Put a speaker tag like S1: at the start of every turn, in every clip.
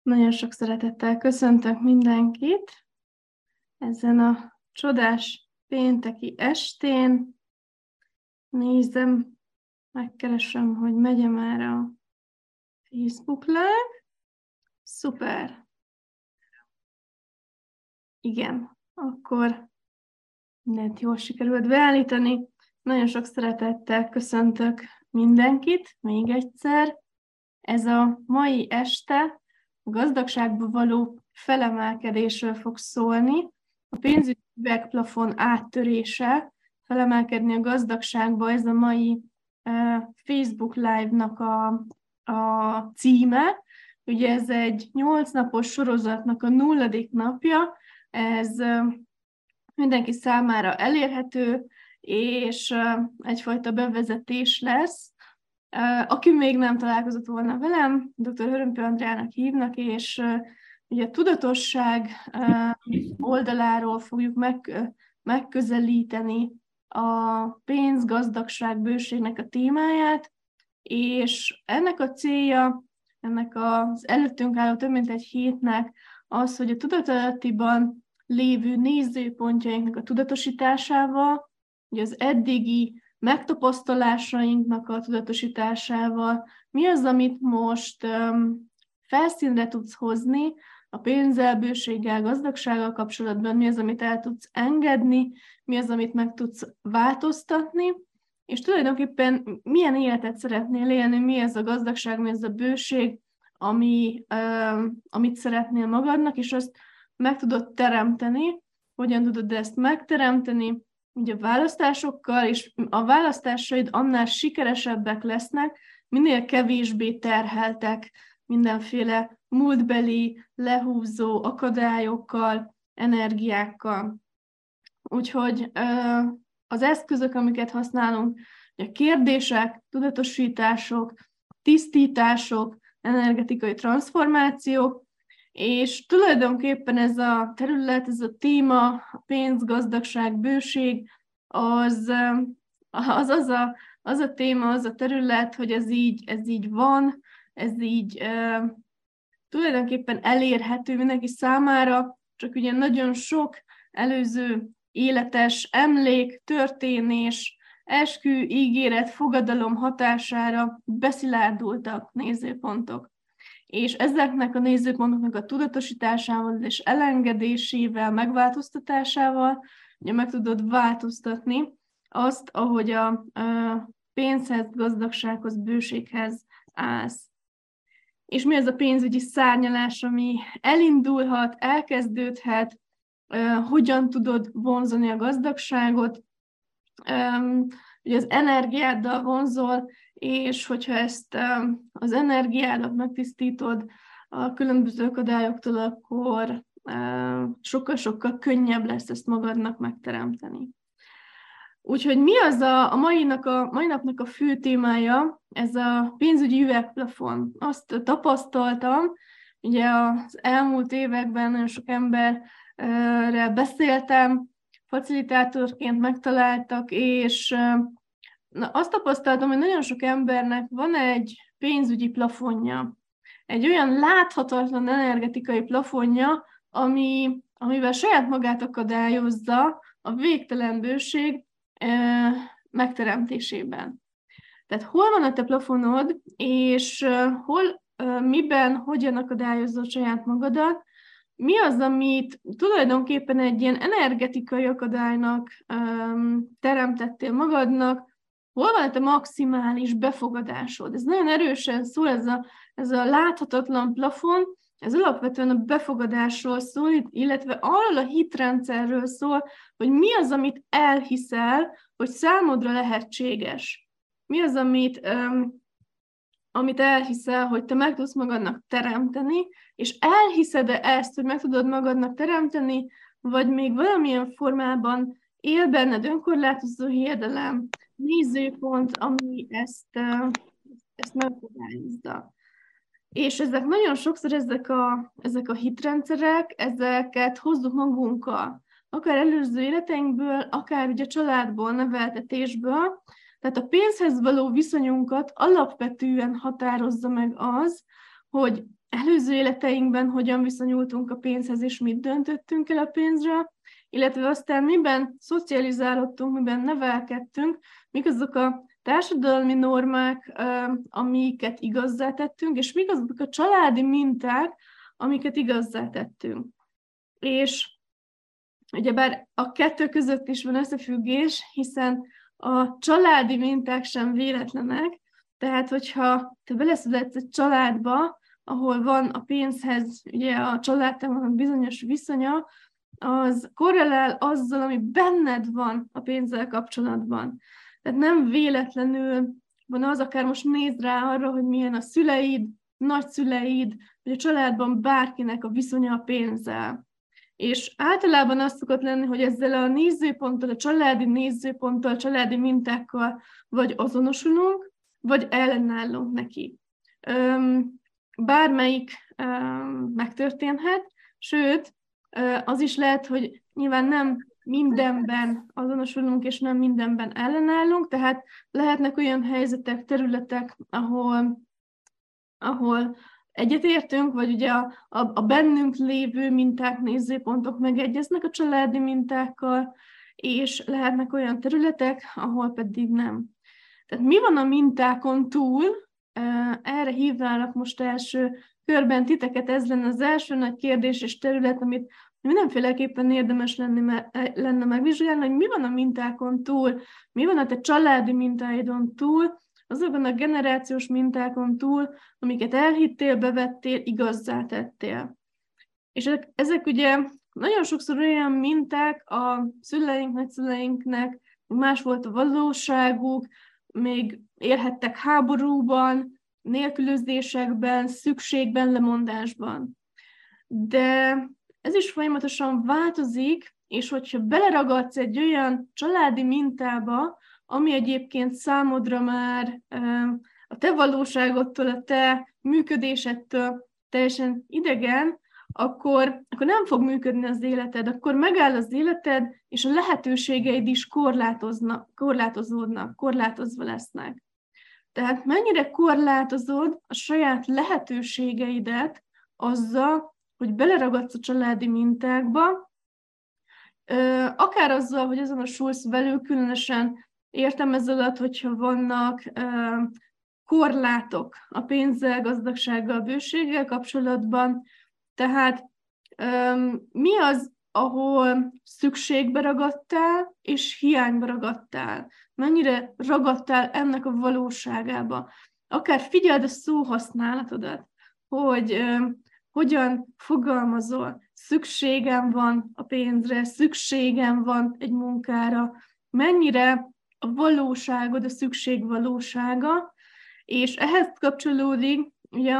S1: Nagyon sok szeretettel köszöntök mindenkit ezen a csodás pénteki estén. Nézem, megkeresem, hogy megy már a Facebook Live. Szuper. Igen, akkor mindent jól sikerült beállítani. Nagyon sok szeretettel köszöntök mindenkit még egyszer. Ez a mai este a gazdagságba való felemelkedésről fog szólni. A pénzügyi üvegplafon áttörése, felemelkedni a gazdagságba, ez a mai Facebook Live-nak a címe. Ugye ez egy 8 napos sorozatnak a 0. napja, ez mindenki számára elérhető, és egyfajta bevezetés lesz. Aki még nem találkozott volna velem, dr. Hörömpő Andrának hívnak, és ugye a tudatosság oldaláról fogjuk megközelíteni a pénz-gazdagság bőségnek a témáját, és ennek a célja, ennek az előttünk álló több mint egy hétnek az, hogy a tudatalattiban lévő nézőpontjainknak a tudatosításával, ugye az eddigi megtapasztalásainknak a tudatosításával, mi az, amit most felszínre tudsz hozni a pénzzel, bőséggel, gazdagsággal kapcsolatban, mi az, amit el tudsz engedni, mi az, amit meg tudsz változtatni, és tulajdonképpen milyen életet szeretnél élni, mi ez a gazdagság, mi ez a bőség, amit szeretnél magadnak, és azt meg tudod teremteni, hogyan tudod ezt megteremteni, ugye a választásokkal, és a választásaid annál sikeresebbek lesznek, minél kevésbé terheltek mindenféle múltbeli, lehúzó akadályokkal, energiákkal. Úgyhogy az eszközök, amiket használunk, a kérdések, tudatosítások, tisztítások, energetikai transformációk, és tulajdonképpen ez a terület, ez a téma, a pénz, gazdagság, bőség, az a téma, az a terület, hogy ez így van, ez így tulajdonképpen elérhető mindenki számára, csak ugye nagyon sok előző életes emlék, történés, eskü, ígéret, fogadalom hatására beszilárdultak nézőpontok. És ezeknek a nézőpontoknak a tudatosításával és elengedésével, megváltoztatásával ugye meg tudod változtatni azt, ahogy a pénzhez, gazdagsághoz, bőséghez állsz. És mi az a pénzügyi szárnyalás, ami elindulhat, elkezdődhet, hogyan tudod vonzani a gazdagságot, ugye az energiáddal vonzol, és hogyha ezt az energiádat megtisztítod a különböző akadályoktól, akkor sokkal-sokkal könnyebb lesz ezt magadnak megteremteni. Úgyhogy mi az a mai napnak a fő témája, ez a pénzügyi üvegplafon. Azt tapasztaltam, ugye az elmúlt években nagyon sok emberrel beszéltem, facilitátorként megtaláltak, és azt tapasztaltam, hogy nagyon sok embernek van egy pénzügyi plafonja. Egy olyan láthatatlan energetikai plafonja, amivel saját magát akadályozza a végtelen bőség megteremtésében. Tehát hol van a te plafonod, és miben, hogyan akadályozod saját magadat, mi az, amit tulajdonképpen egy ilyen energetikai akadálynak teremtettél magadnak, hol van a te maximális befogadásod? Ez nagyon erősen szól, ez a láthatatlan plafon, ez alapvetően a befogadásról szól, illetve arról a hitrendszerről szól, hogy mi az, amit elhiszel, hogy számodra lehetséges. Mi az, amit elhiszel, hogy te meg tudsz magadnak teremteni, és elhiszed-e ezt, hogy meg tudod magadnak teremteni, vagy még valamilyen formában él benned önkorlátozó hiedelem, nézőpont, ami ezt megakadályozza. És ezek nagyon sokszor ezek a hitrendszerek, ezeket hozzuk magunkkal. Akár előző életeinkből, akár ugye családból, neveltetésből. Tehát a pénzhez való viszonyunkat alapvetően határozza meg az, hogy előző életeinkben hogyan viszonyultunk a pénzhez, és mit döntöttünk el a pénzről, illetve aztán miben szocializálódtunk, miben nevelkedtünk, mik azok a társadalmi normák, amiket igazzá tettünk, és mik azok a családi minták, amiket igazzá tettünk. És ugyebár a kettő között is van összefüggés, hiszen a családi minták sem véletlenek, tehát hogyha te beleszületsz egy családba, ahol van a pénzhez, ugye a családtagnak bizonyos viszonya, az korrelál azzal, ami benned van a pénzzel kapcsolatban. Tehát nem véletlenül van az, akár most nézd rá arra, hogy milyen a szüleid, nagyszüleid, vagy a családban bárkinek a viszonya a pénzzel. És általában az szokott lenni, hogy ezzel a nézőponttal, a családi nézőponttal, a családi mintákkal vagy azonosulunk, vagy ellenállunk neki. Bármelyik megtörténhet, sőt, az is lehet, hogy nyilván nem mindenben azonosulunk, és nem mindenben ellenállunk, tehát lehetnek olyan helyzetek, területek, ahol egyetértünk, vagy ugye a bennünk lévő minták, nézőpontok megegyeznek a családi mintákkal, és lehetnek olyan területek, ahol pedig nem. Tehát mi van a mintákon túl? Erre hívnálak most első körben titeket, ez lenne az első nagy kérdés és terület, amit mindenféleképpen érdemes lenne megvizsgálni, hogy mi van a mintákon túl, mi van a te családi mintáidon túl, azokon a generációs mintákon túl, amiket elhittél, bevettél, igazzá tettél. És ezek ugye nagyon sokszor olyan minták a szüleink, nagyszüleinknek, más volt a valóságuk, még élhettek háborúban, nélkülözésekben, szükségben, lemondásban. De ez is folyamatosan változik, és hogyha beleragadsz egy olyan családi mintába, ami egyébként számodra már a te valóságodtól, a te működésedtől teljesen idegen, akkor nem fog működni az életed, akkor megáll az életed, és a lehetőségeid is korlátozódnak, korlátozva lesznek. Tehát mennyire korlátozod a saját lehetőségeidet azzal, hogy beleragadsz a családi mintákba, akár azzal, hogy azonosulsz velük, különösen értem ez alatt, hogyha vannak korlátok a pénzzel, gazdagsággal, bőséggel kapcsolatban. Tehát mi az, ahol szükségbe ragadtál, és hiányba ragadtál? Mennyire ragadtál ennek a valóságába? Akár figyeld a szóhasználatodat, hogy hogyan fogalmazol, szükségem van a pénzre, szükségem van egy munkára, mennyire a valóságod, a szükség valósága, és ehhez kapcsolódik ugye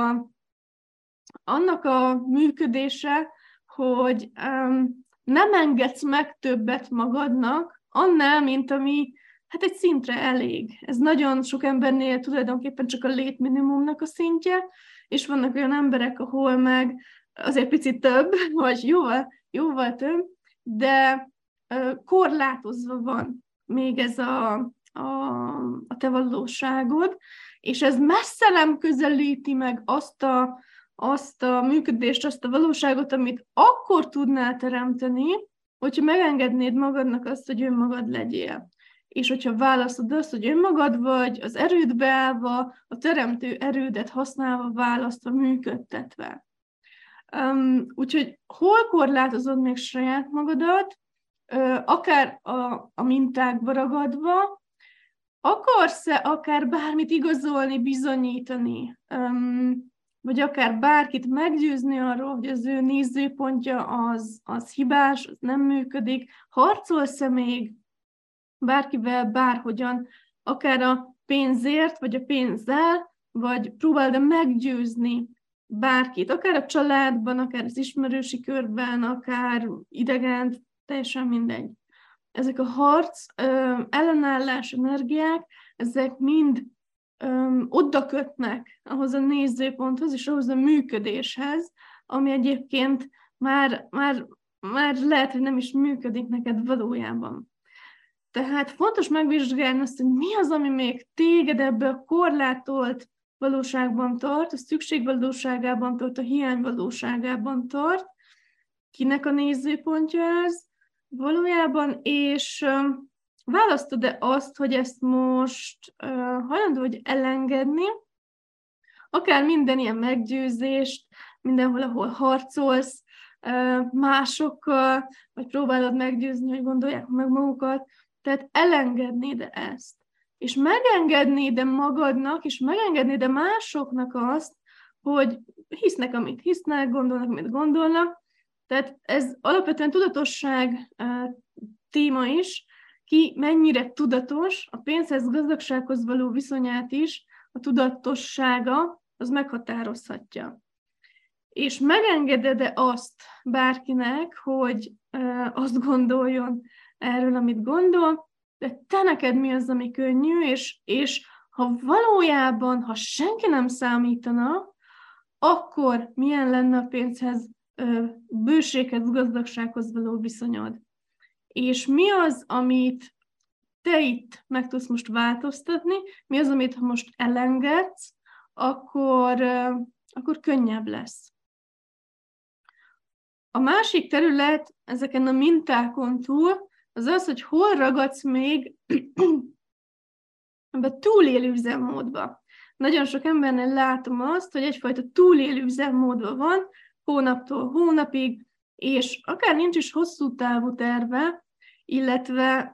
S1: annak a működése, hogy nem engedsz meg többet magadnak, annál, mint ami egy szintre elég. Ez nagyon sok embernél tulajdonképpen csak a létminimumnak a szintje, és vannak olyan emberek, ahol meg azért picit több, vagy jóval több, de korlátozva van még ez a te valóságod, és ez messze nem közelíti meg azt a működést, azt a valóságot, amit akkor tudnál teremteni, hogyha megengednéd magadnak azt, hogy önmagad legyél. És hogyha választod azt, hogy önmagad vagy, az erődbe állva, a teremtő erődet használva, választva, működtetve. Úgyhogy hol korlátozod még saját magadat, akár a mintákba ragadva, akarsz-e akár bármit igazolni, bizonyítani, vagy akár bárkit meggyőzni arról, hogy az ő nézőpontja az hibás, az nem működik, harcolsz-e még bárkivel, bárhogyan, akár a pénzért, vagy a pénzzel, vagy próbáld meggyőzni bárkit, akár a családban, akár az ismerősi körben, akár idegent, teljesen mindegy. Ezek a harc, ellenállás energiák, ezek mind oda kötnek ahhoz a nézőponthoz, és ahhoz a működéshez, ami egyébként már lehet, hogy nem is működik neked valójában. Tehát fontos megvizsgálni azt, hogy mi az, ami még téged ebbe a korlátolt valóságban tart, a szükség valóságában tart, a hiány valóságában tart. Kinek a nézőpontja ez valójában, és választod-e azt, hogy ezt most hajlandó vagy elengedni, akár minden ilyen meggyőzést, mindenhol, ahol harcolsz másokkal, vagy próbálod meggyőzni, hogy gondolják meg magukat, tehát elengednéd ezt. És megengednéd magadnak, és megengednéd másoknak azt, hogy hisznek, amit hisznek, gondolnak, amit gondolnak. Tehát ez alapvetően tudatosság téma is, ki mennyire tudatos, a pénzhez, gazdagsághoz való viszonyát is, a tudatossága, az meghatározhatja. És megengeded-e azt bárkinek, hogy azt gondoljon erről, amit gondol, de te neked mi az, ami könnyű, és ha valójában, ha senki nem számítana, akkor milyen lenne a pénzhez, bőséghez, gazdagsághoz való viszonyod. És mi az, amit te itt meg tudsz most változtatni, mi az, amit ha most elengedsz, akkor könnyebb lesz. A másik terület ezeken a mintákon túl az az, hogy hol ragadsz még ebbe túlélő üzemmódba. Nagyon sok embernél látom azt, hogy egyfajta túlélő üzemmódban van, hónaptól hónapig, és akár nincs is hosszú távú terve, illetve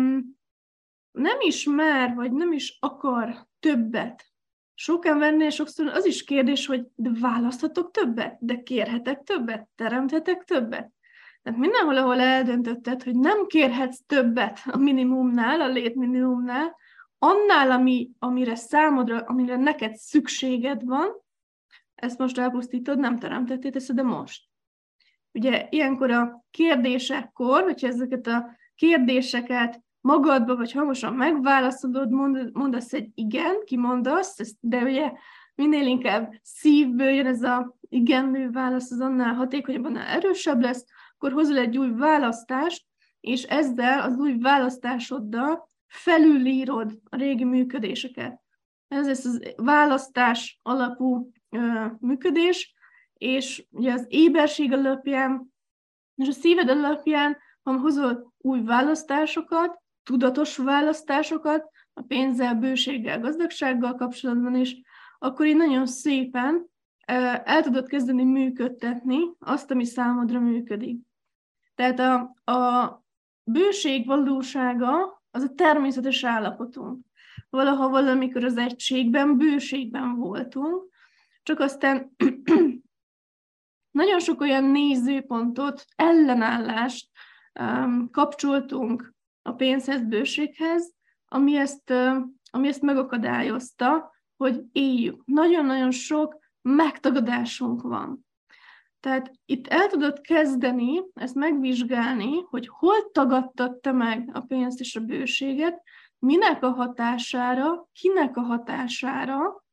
S1: nem ismer, vagy nem is akar többet. Sok embernél sokszor az is kérdés, hogy de választhatok többet, de kérhetek többet, teremthetek többet. Tehát mindenhol, ahol eldöntötted, hogy nem kérhetsz többet a minimumnál, a létminimumnál, annál, amire számodra, amire neked szükséged van, ezt most elpusztítod, nem teremtettél, teszed, de most. Ugye ilyenkor a kérdésekkor, hogyha ezeket a kérdéseket magadba vagy hangosan megválaszolod, mondasz egy igen, kimondasz, de ugye minél inkább szívből jön ez a igenlő válasz, az annál hatékonyabb, annál erősebb lesz, akkor hozol egy új választást, és ezzel az új választásoddal felülírod a régi működéseket. Ez az választás alapú működés, és ugye az éberség alapján, és a szíved alapján, ha hozol új választásokat, tudatos választásokat, a pénzzel, bőséggel, gazdagsággal kapcsolatban is, akkor így nagyon szépen el tudod kezdeni működtetni azt, ami számodra működik. Tehát a bőség valósága az a természetes állapotunk. Valaha valamikor az egységben, bőségben voltunk, csak aztán nagyon sok olyan nézőpontot, ellenállást kapcsoltunk a pénzhez, bőséghez, ami ezt megakadályozta, hogy éljük. Nagyon-nagyon sok megtagadásunk van. Tehát itt el tudod kezdeni ezt megvizsgálni, hogy hol tagadtad te meg a pénzt és a bőséget, minek a hatására, kinek a hatására,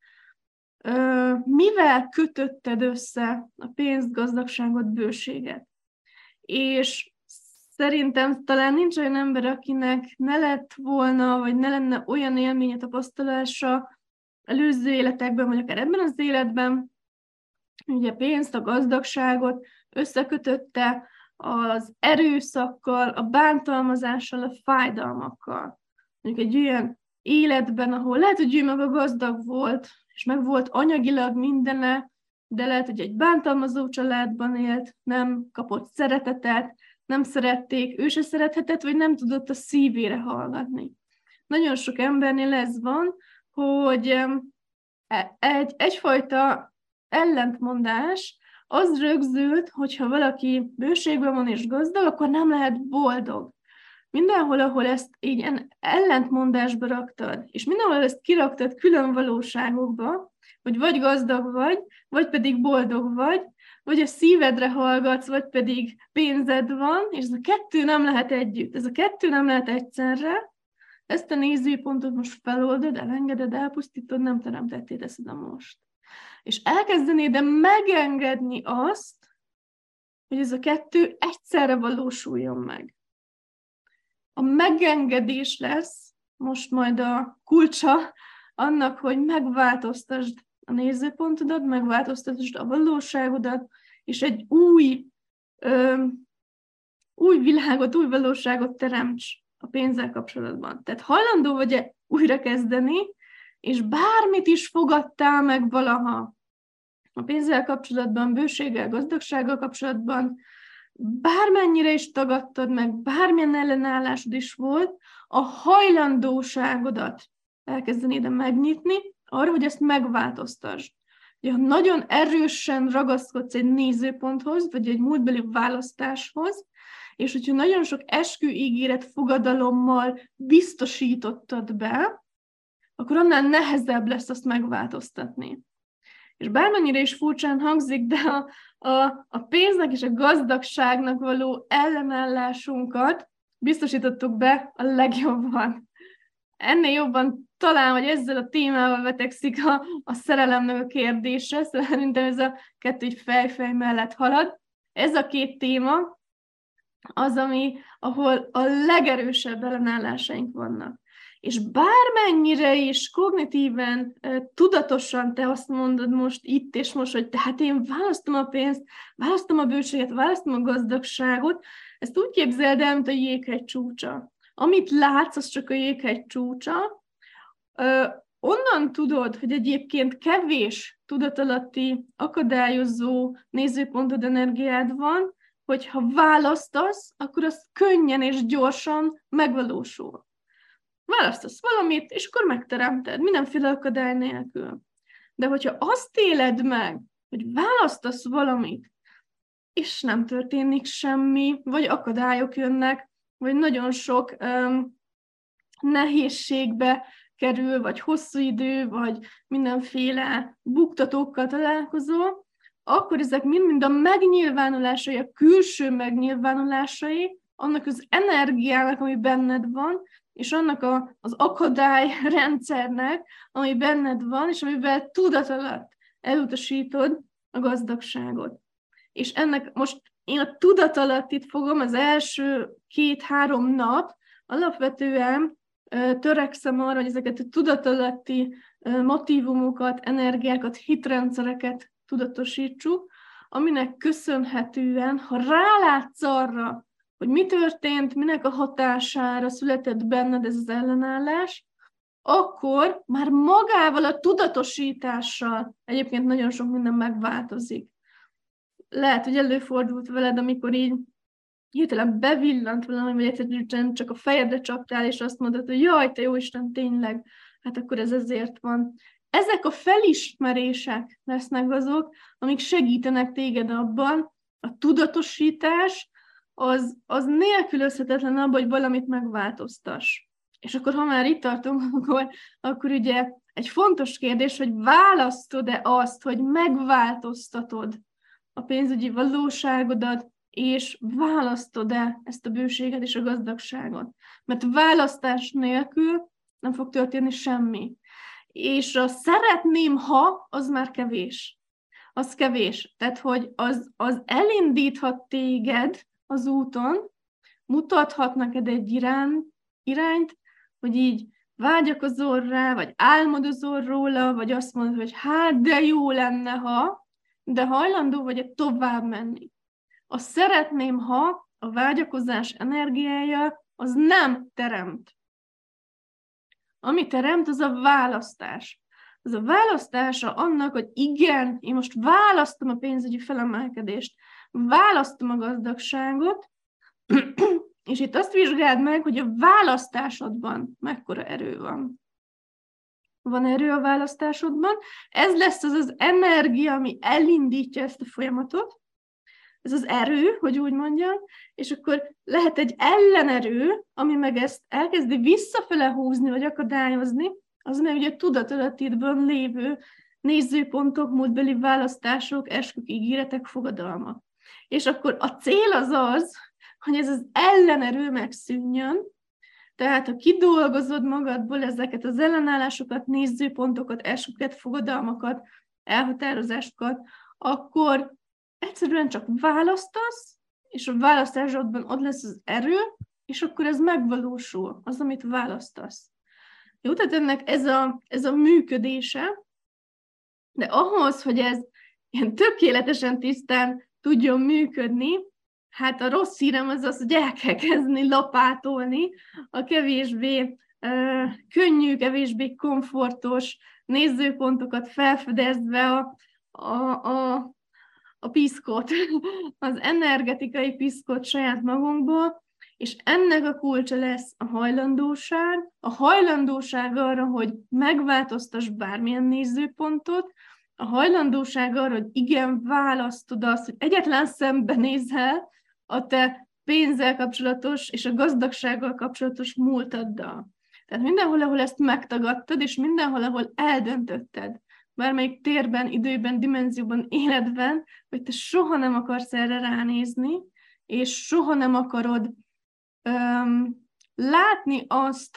S1: mivel kötötted össze a pénzt, gazdagságot, bőséget. És szerintem talán nincs olyan ember, akinek ne lett volna, vagy ne lenne olyan élménye, tapasztalása előző életekben, vagy akár ebben az életben, ugye pénzt, a gazdagságot összekötötte az erőszakkal, a bántalmazással, a fájdalmakkal. Mondjuk egy olyan életben, ahol lehet, hogy ő maga gazdag volt, és meg volt anyagilag mindene, de lehet, hogy egy bántalmazó családban élt, nem kapott szeretetet, nem szerették, ő se szerethetett, vagy nem tudott a szívére hallgatni. Nagyon sok embernél ez van, hogy egyfajta ellentmondás az rögzült, hogyha valaki bőségben van és gazdag, akkor nem lehet boldog. Mindenhol, ahol ezt így ellentmondásba raktad, és mindenhol ezt kiraktad külön valóságokba, hogy vagy gazdag vagy pedig boldog vagy a szívedre hallgatsz, vagy pedig pénzed van, és ez a kettő nem lehet együtt, ez a kettő nem lehet egyszerre. Ezt a nézőpontot most feloldod, elengeded, elpusztítod, nem teremtettél, teszed a most. És elkezdenéd megengedni azt, hogy ez a kettő egyszerre valósuljon meg. A megengedés lesz most majd a kulcsa annak, hogy megváltoztasd a nézőpontodat, megváltoztasd a valóságodat, és egy új világot, új valóságot teremts a pénzzel kapcsolatban. Tehát hajlandó vagy-e újra kezdeni, és bármit is fogadtál meg valaha a pénzzel kapcsolatban, bőséggel, gazdagsággal kapcsolatban, bármennyire is tagadtad meg, bármilyen ellenállásod is volt, a hajlandóságodat elkezdenéd megnyitni arra, hogy ezt megváltoztasd. Ha nagyon erősen ragaszkodsz egy nézőponthoz, vagy egy múltbeli választáshoz, és hogyha nagyon sok esküígéret fogadalommal biztosítottad be, akkor annál nehezebb lesz azt megváltoztatni. És bármennyire is furcsán hangzik, de a pénznek és a gazdagságnak való ellenállásunkat biztosítottuk be a legjobban. Ennél jobban talán, hogy ezzel a témával vetekszik a szerelemnek a kérdése, szerintem ez a kettő így fej mellett halad. Ez a két téma az, ahol a legerősebb ellenállásaink vannak. És bármennyire is kognitíven, tudatosan te azt mondod most itt és most, hogy tehát én választom a pénzt, választom a bőséget, választom a gazdagságot, ezt úgy képzeld el, mint a jéghegy csúcsa. Amit látsz, az csak a jéghegy csúcsa. Onnan tudod, hogy egyébként kevés tudatalatti, akadályozó nézőpontod, energiád van, hogyha választasz, akkor az könnyen és gyorsan megvalósul. Választasz valamit, és akkor megteremted, mindenféle akadály nélkül. De hogyha azt éled meg, hogy választasz valamit, és nem történik semmi, vagy akadályok jönnek, vagy nagyon sok nehézségbe kerül, vagy hosszú idő, vagy mindenféle buktatókkal találkozol, akkor ezek mind a megnyilvánulásai, a külső megnyilvánulásai, annak az energiának, ami benned van, és annak az akadályrendszernek, ami benned van, és amivel tudat alatt elutasítod a gazdagságot. És ennek most én a tudat alatt itt fogom az első 2-3 nap, alapvetően törekszem arra, hogy ezeket a tudatalatti motívumokat, energiákat, hitrendszereket tudatosítsuk, aminek köszönhetően, ha rálátsz arra, hogy mi történt, minek a hatására született benned ez az ellenállás, akkor már magával a tudatosítással egyébként nagyon sok minden megváltozik. Lehet, hogy előfordult veled, amikor így hirtelen bevillant valami, vagy egyszerűen csak a fejedre csaptál, és azt mondod, hogy jaj, te jóisten, tényleg, hát akkor ez ezért van. Ezek a felismerések lesznek azok, amik segítenek téged abban, a tudatosítás, az nélkülözhetetlen abban, hogy valamit megváltoztass. És akkor, ha már itt tartunk, akkor ugye egy fontos kérdés, hogy választod-e azt, hogy megváltoztatod a pénzügyi valóságodat, és választod-e ezt a bőséget és a gazdagságot. Mert választás nélkül nem fog történni semmi. És a szeretném, ha, az már kevés. Az kevés. Tehát, hogy az elindíthat téged az úton, mutathat neked egy irányt, hogy így vágyakozol rá, vagy álmodozol róla, vagy azt mondod, hogy hát, de jó lenne, ha, de hajlandó vagy tovább menni. A szeretném, ha a vágyakozás energiája az nem teremt. Ami teremt, az a választás. Az a választása annak, hogy igen, én most választom a pénzügyi felemelkedést, választom a gazdagságot, és itt azt vizsgáld meg, hogy a választásodban mekkora erő van. Van erő a választásodban, ez lesz az energia, ami elindítja ezt a folyamatot, ez az erő, hogy úgy mondjam, és akkor lehet egy ellenerő, ami meg ezt elkezdi visszafele húzni, vagy akadályozni, az meg ugye tudatalattidban lévő nézőpontok, múltbeli választások, eskük, ígéretek, fogadalmak. És akkor a cél az, hogy ez az ellenerő megszűnjön, tehát ha kidolgozod magadból ezeket az ellenállásokat, nézőpontokat, esküket, fogadalmakat, elhatározásokat, akkor egyszerűen csak választasz, és a választásodban ott lesz az erő, és akkor ez megvalósul, az, amit választasz. Jó, tehát ennek ez a működése, de ahhoz, hogy ez ilyen tökéletesen tisztán tudjon működni, hát a rossz hírem az az, hogy el kell kezdeni lapátolni a kevésbé könnyű, kevésbé komfortos nézőpontokat felfedezve a piszkot, az energetikai piszkot saját magunkból, és ennek a kulcsa lesz a hajlandóság arra, hogy megváltoztass bármilyen nézőpontot, a hajlandóság arra, hogy igen, választod azt, hogy egyetlen szembenézel a te pénzzel kapcsolatos és a gazdagsággal kapcsolatos múltaddal. Tehát mindenhol, ahol ezt megtagadtad, és mindenhol, ahol eldöntötted, bármelyik térben, időben, dimenzióban, életben, hogy te soha nem akarsz erre ránézni, és soha nem akarod látni azt,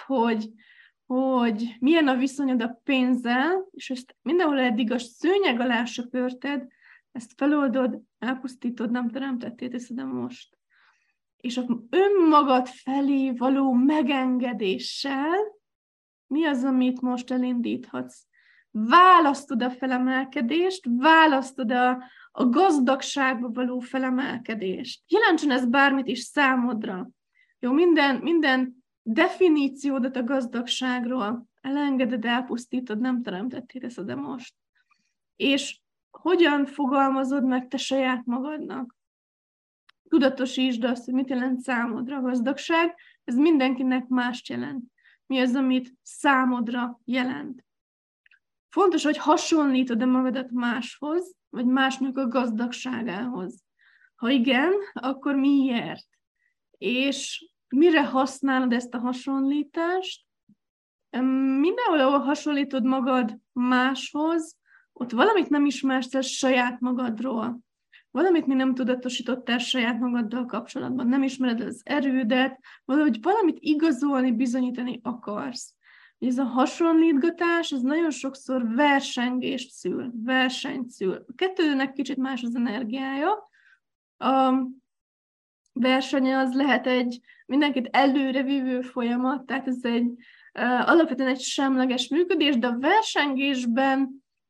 S1: hogy milyen a viszonyod a pénzzel, és ezt mindenhol eddig a szőnyeg alá söpörted, ezt feloldod, elpusztítod, nem teremtettél, teszed most. És a önmagad felé való megengedéssel mi az, amit most elindíthatsz? Választod a felemelkedést, választod a gazdagságba való felemelkedést. Jelentsen ez bármit is számodra. Jó, minden definíciódat a gazdagságról elengeded, elpusztítod, nem teremtettél, teszed most. És hogyan fogalmazod meg te saját magadnak? Tudatosítsd azt, hogy mit jelent számodra a gazdagság, ez mindenkinek mást jelent. Mi az, amit számodra jelent? Fontos, hogy hasonlítod-e magadat máshoz, vagy másnak a gazdagságához. Ha igen, akkor miért? És mire használod ezt a hasonlítást? Mindenhol, ahol hasonlítod magad máshoz, ott valamit nem ismersz el saját magadról. Valamit mi nem tudatosítottál saját magaddal kapcsolatban. Nem ismered az erődet, valahogy valamit igazolni, bizonyítani akarsz. Ez a hasonlítgatás, ez nagyon sokszor versengést szül, versenyt szül. A kettőnek kicsit más az energiája. A verseny az lehet egy mindenkit előrevívő folyamat, tehát ez alapvetően egy semleges működés, de a versengésben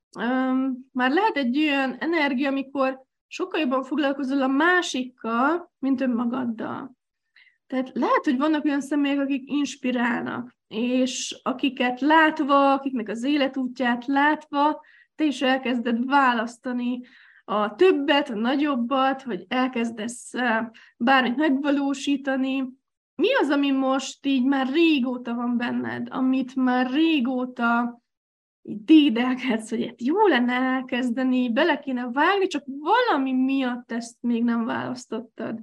S1: már lehet egy olyan energia, amikor sokkal jobban foglalkozol a másikkal, mint önmagaddal. Tehát lehet, hogy vannak olyan személyek, akik inspirálnak, és akiket látva, akiknek az életútját látva, te is elkezded választani a többet, a nagyobbat, hogy elkezdesz bármit megvalósítani. Mi az, ami most így már régóta van benned, amit már régóta dédelkedsz, hogy hát jó lenne elkezdeni, bele kéne vágni, csak valami miatt ezt még nem választottad.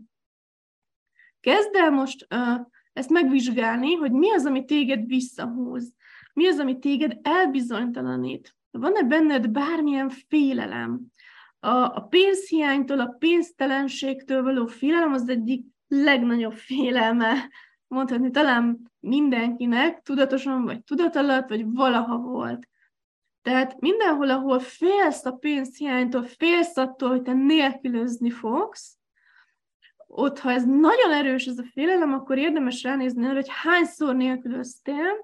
S1: Kezd el most ezt megvizsgálni, hogy mi az, ami téged visszahúz, mi az, ami téged elbizonytalanít. Van-e benned bármilyen félelem? A pénzhiánytól, a pénztelenségtől való félelem az egyik legnagyobb félelme, mondhatni talán mindenkinek, tudatosan vagy tudatalatt, vagy valaha volt. Tehát mindenhol, ahol félsz a pénzhiánytól, félsz attól, hogy te nélkülözni fogsz, ott, ha ez nagyon erős ez a félelem, akkor érdemes ránézni arra, hogy hányszor nélkülöztél,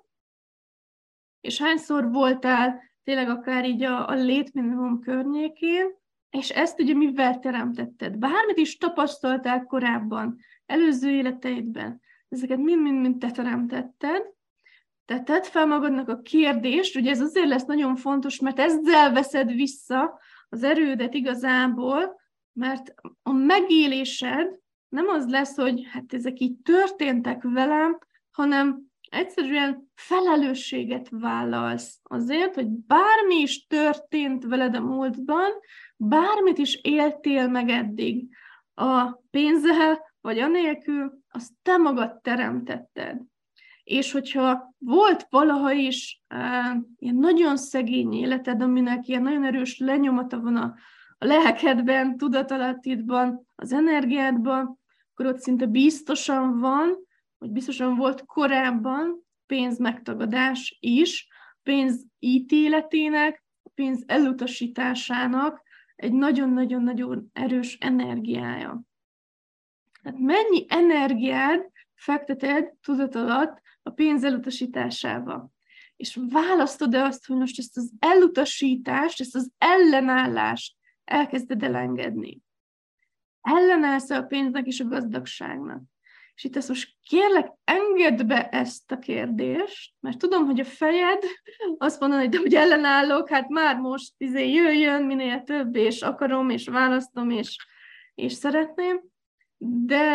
S1: és hányszor voltál tényleg akár így a létminimum környékén, és ezt ugye mivel teremtetted. Bármit is tapasztaltál korábban, előző életeidben, ezeket mind-mind te teremtetted. Tehát tedd fel magadnak a kérdést, ugye ez azért lesz nagyon fontos, mert ezzel veszed vissza az erődet igazából, mert a megélésed nem az lesz, hogy hát ezek így történtek velem, hanem egyszerűen felelősséget vállalsz azért, hogy bármi is történt veled a múltban, bármit is éltél meg eddig, a pénzzel vagy anélkül, azt te magad teremtetted. És hogyha volt valaha is ilyen nagyon szegény életed, aminek ilyen nagyon erős lenyomata van a lelkedben, tudatalattidban, az energiádban, akkor ott szinte biztosan van, vagy biztosan volt korábban pénz megtagadás is, pénz ítéletének, pénz elutasításának egy nagyon-nagyon-nagyon erős energiája. Tehát mennyi energiád fekteted tudat alatt a pénz elutasításába? és választod-e azt, hogy most ezt az elutasítást, ezt az ellenállást elkezded elengedni. Ellenállsz a pénznek és a gazdagságnak. És itt ezt most kérlek, engedd be ezt a kérdést, mert tudom, hogy a fejed azt mondaná, hogy ellenállok, hát már most jöjjön minél több, és akarom, és választom, és szeretném. De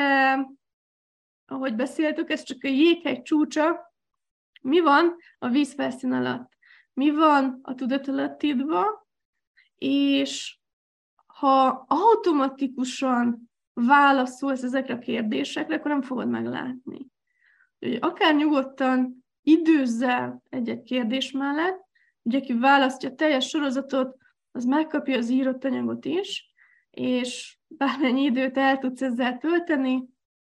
S1: ahogy beszéltük, ez csak a jéghegy csúcsa. Mi van a vízfelszín alatt? Mi van a tudatalattidban? És ha automatikusan válaszolsz ezekre a kérdésekre, akkor nem fogod meglátni. Úgyhogy akár nyugodtan időzzel egy-egy kérdés mellett, ugye aki választja a teljes sorozatot, az megkapja az írott anyagot is, és bármennyi időt el tudsz ezzel tölteni,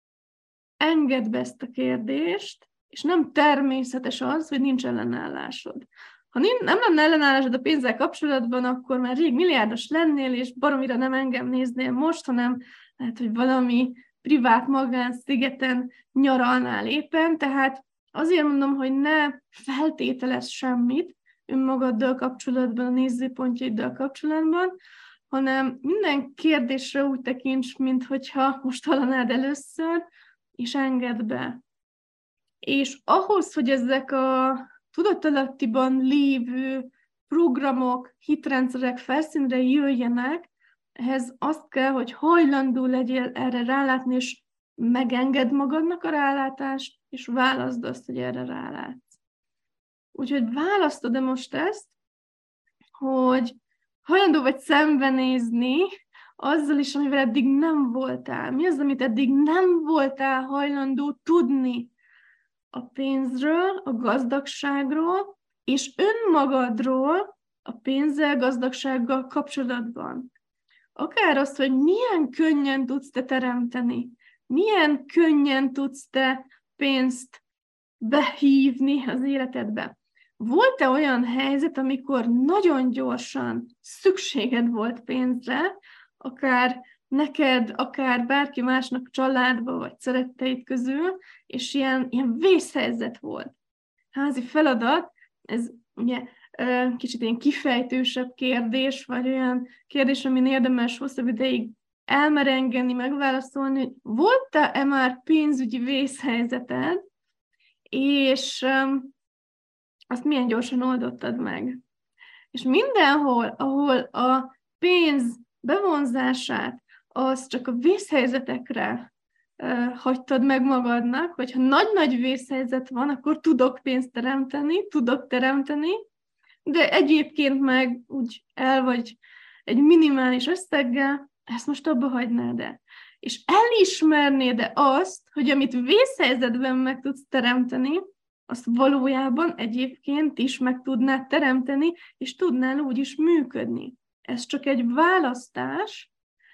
S1: engedd be ezt a kérdést, és nem természetes az, hogy nincs ellenállásod. Ha nem lenne ellenállásod a pénzzel kapcsolatban, akkor már rég milliárdos lennél, és baromira nem engem néznél most, hanem lehet, hogy valami privát magánszigeten nyaralnál éppen. Tehát azért mondom, hogy ne feltételezz semmit önmagaddal kapcsolatban, a nézőpontjaiddal kapcsolatban, hanem minden kérdésre úgy tekints, minthogyha most hallanád először, és engedd be. És ahhoz, hogy ezek a tudatalattiban lévő programok, hitrendszerek felszínre jöjjenek, ehhez azt kell, hogy hajlandó legyél erre rálátni, és megengedd magadnak a rálátást, és válaszd azt, hogy erre rálátsz. Úgyhogy választod-e most ezt, hogy hajlandó vagy szembenézni azzal is, amivel eddig nem voltál. Mi az, amit eddig nem voltál hajlandó tudni a pénzről, a gazdagságról, és önmagadról a pénzzel, gazdagsággal kapcsolatban. Akár azt, hogy milyen könnyen tudsz te teremteni, milyen könnyen tudsz te pénzt behívni az életedbe. Volt-e olyan helyzet, amikor nagyon gyorsan szükséged volt pénzre, akár neked, akár bárki másnak családba, vagy szeretteid közül, és ilyen vészhelyzet volt? Házi feladat, ez ugye kicsit ilyen kifejtősebb kérdés, vagy olyan kérdés, amin érdemes hosszabb ideig elmerengeni, megválaszolni, hogy volt-e már pénzügyi vészhelyzeted, és azt milyen gyorsan oldottad meg. És mindenhol, ahol a pénz bevonzását, az csak a vészhelyzetekre hagytad meg magadnak, hogyha nagy-nagy vészhelyzet van, akkor tudok pénzt teremteni, tudok teremteni, de egyébként meg úgy el vagy egy minimális összeggel, ezt most abba hagynád-e. És elismernéd-e azt, hogy amit vészhelyzetben meg tudsz teremteni, azt valójában egyébként is meg tudnád teremteni, és tudnál úgy is működni. Ez csak egy választás,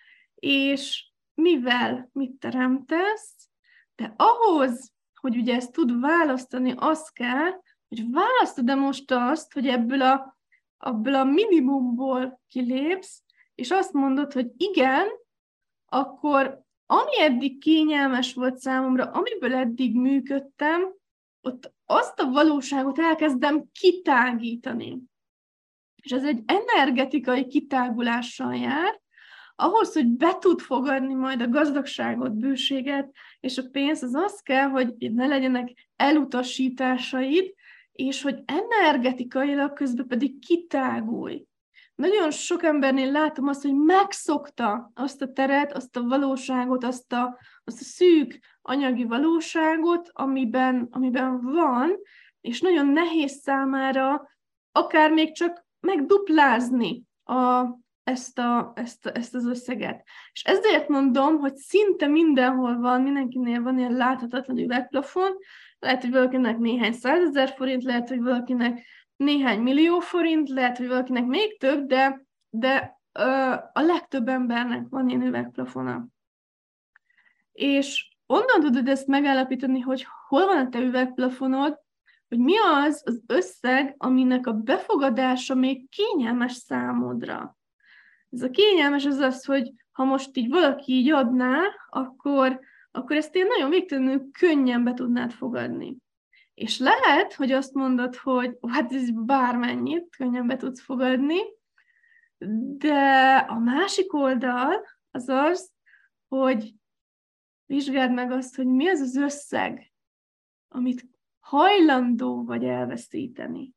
S1: és mivel mit teremtesz, de ahhoz, hogy ugye ezt tud választani, az kell, hogy választod-e most azt, hogy ebből a minimumból kilépsz, és azt mondod, hogy igen, akkor ami eddig kényelmes volt számomra, amiből eddig működtem, ott azt a valóságot elkezdem kitágítani. És ez egy energetikai kitágulással jár, ahhoz, hogy be tud fogadni majd a gazdagságot, bőséget, és a pénz, az kell, hogy ne legyenek elutasításaid, és hogy energetikailag közben pedig kitágulj. Nagyon sok embernél látom azt, hogy megszokta azt a teret, azt a valóságot, azt a szűk anyagi valóságot, amiben van, és nagyon nehéz számára akár még csak megduplázni ezt az összeget. És ezért mondom, hogy szinte mindenhol van, mindenkinél van ilyen láthatatlan üvegplafon, lehet, hogy valakinek néhány 100 000 forint, lehet, hogy valakinek néhány millió forint, lehet, hogy valakinek még több, de a legtöbb embernek van ilyen üvegplafona. És onnan tudod ezt megállapítani, hogy hol van a te üvegplafonod, hogy mi az összeg, aminek a befogadása még kényelmes számodra. Ez a kényelmes az, hogy ha most így valaki így adná, akkor ezt én nagyon végtelenül könnyen be tudnád fogadni. És lehet, hogy azt mondod, hogy hát ez bármennyit könnyen be tudsz fogadni, de a másik oldal az az, hogy vizsgáld meg azt, hogy mi az az összeg, amit hajlandó vagy elveszíteni.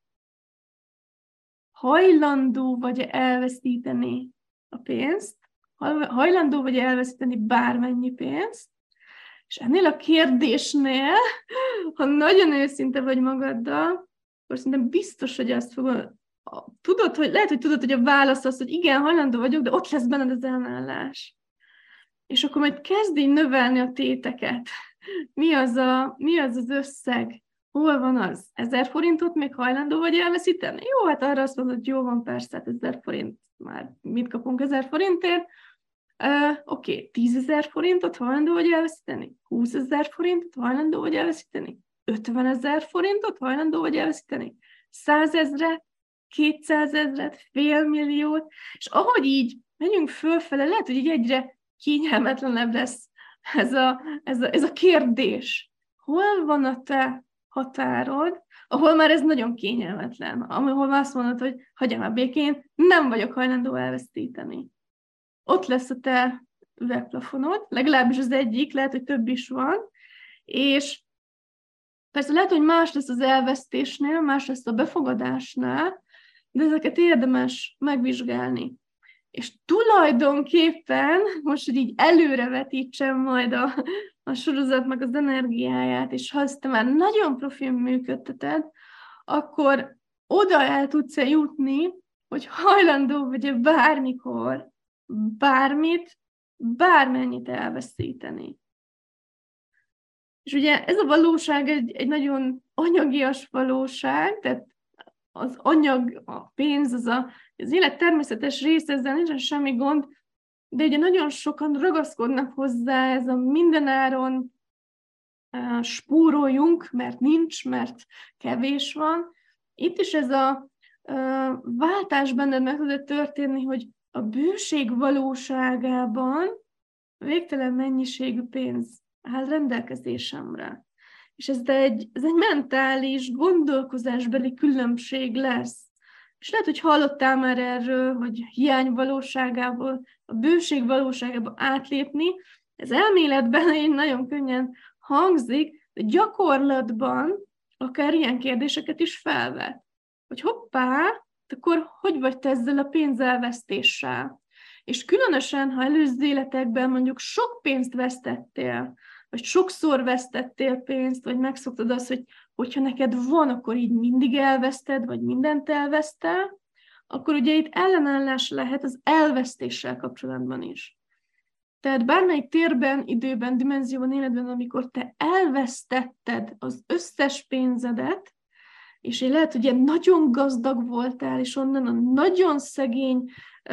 S1: Hajlandó vagy elveszíteni a pénzt, hajlandó vagy elveszíteni bármennyi pénzt, és ennél a kérdésnél, ha nagyon őszinte vagy magaddal, akkor szerintem biztos, hogy azt fogod, lehet, hogy tudod, hogy a válasz az, hogy igen, hajlandó vagyok, de ott lesz benned az ellenállás. És akkor majd kezdj így növelni a téteket. Mi az összeg? Hol van az? 1000 forintot még hajlandó vagy elveszíteni? Jó, hát arra azt mondod, hogy jó van, persze, 1000 forint. Már mit kapunk 1000 forintért? Oké, 10 000 forintot hajlandó vagy elveszíteni? 20 000 forintot hajlandó vagy elveszíteni? 50 000 forintot hajlandó vagy elveszíteni? 100 000-et, 200 000-et, 500 000, és ahogy így megyünk fölfele, lehet, hogy így egyre kényelmetlenebb lesz ez a kérdés. Hol van a te határod, ahol már ez nagyon kényelmetlen, ahol azt mondod, hogy hagyjam a békén, nem vagyok hajlandó elvesztíteni. Ott lesz a te üvegplafonod, legalábbis az egyik, lehet, hogy több is van, és persze lehet, hogy más lesz az elvesztésnél, más lesz a befogadásnál, de ezeket érdemes megvizsgálni. És tulajdonképpen, most, hogy így előrevetítsem majd a sorozatnak az energiáját, és ha ezt te már nagyon profin működteted, akkor oda el tudsz jutni, hogy hajlandó vagy-e bármikor bármit, bármennyit elveszíteni. És ugye ez a valóság egy nagyon anyagias valóság, tehát az anyag, a pénz, az élet természetes része, ezzel nincsen semmi gond, de ugye nagyon sokan ragaszkodnak hozzá, ez a mindenáron spóroljunk, mert nincs, mert kevés van. Itt is ez a váltás benned meg tudott történni, hogy a bőség valóságában végtelen mennyiségű pénz áll rendelkezésemre. És ez egy mentális, gondolkozásbeli különbség lesz. És lehet, hogy hallottál már erről, hogy hiány valóságából, a bőség valóságába átlépni. Ez elméletben nagyon könnyen hangzik, de gyakorlatban akár ilyen kérdéseket is felvet. Hogy hoppá, akkor hogy vagy te ezzel a pénzelvesztéssel? És különösen, ha előző életekben mondjuk sok pénzt vesztettél, vagy sokszor vesztettél pénzt, vagy megszoktad azt, hogy hogyha neked van, akkor így mindig elveszted, vagy mindent elvesztel, akkor ugye itt ellenállás lehet az elvesztéssel kapcsolatban is. Tehát bármelyik térben, időben, dimenzióban, életben, amikor te elvesztetted az összes pénzedet, és lehet, hogy ilyen nagyon gazdag voltál, és onnan a nagyon szegény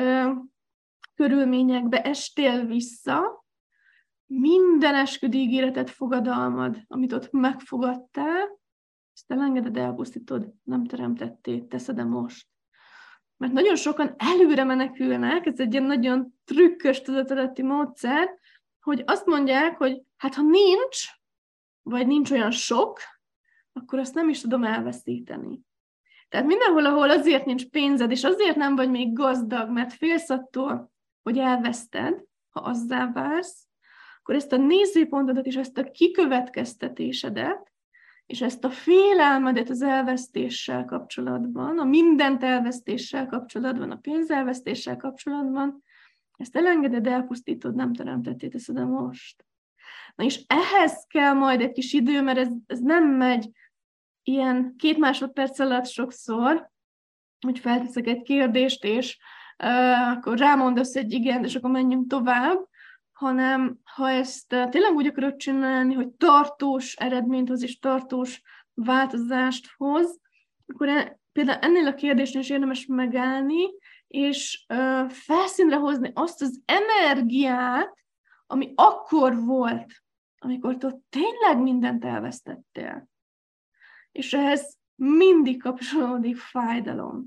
S1: körülményekbe estél vissza, minden esküdő ígéretet, fogadalmad, amit ott megfogadtál, ezt elengeded, elpusztítod, nem teremtettél, teszed-e most. Mert nagyon sokan előre menekülnek, ez egy ilyen nagyon trükkös tudatadatti módszer, hogy azt mondják, hogy hát ha nincs, vagy nincs olyan sok, akkor azt nem is tudom elveszíteni. Tehát mindenhol, ahol azért nincs pénzed, és azért nem vagy még gazdag, mert félsz attól, hogy elveszted, ha azzá válsz, akkor ezt a nézőpontodat és ezt a kikövetkeztetésedet, és ezt a félelmedet az elvesztéssel kapcsolatban, a mindent elvesztéssel kapcsolatban, a pénzelvesztéssel kapcsolatban, ezt elengeded, elpusztítod, nem teremtettél, teszed de most. Na és ehhez kell majd egy kis idő, mert ez nem megy ilyen 2 másodperc alatt sokszor, hogy felteszek egy kérdést, és akkor rámondasz egy igen, és akkor menjünk tovább, hanem ha ezt tényleg úgy akarod csinálni, hogy tartós eredményt hoz és tartós változást hoz, akkor például ennél a kérdésnél is érdemes megállni, és felszínre hozni azt az energiát, ami akkor volt, amikor te tényleg mindent elvesztettél. És ehhez mindig kapcsolódik fájdalom.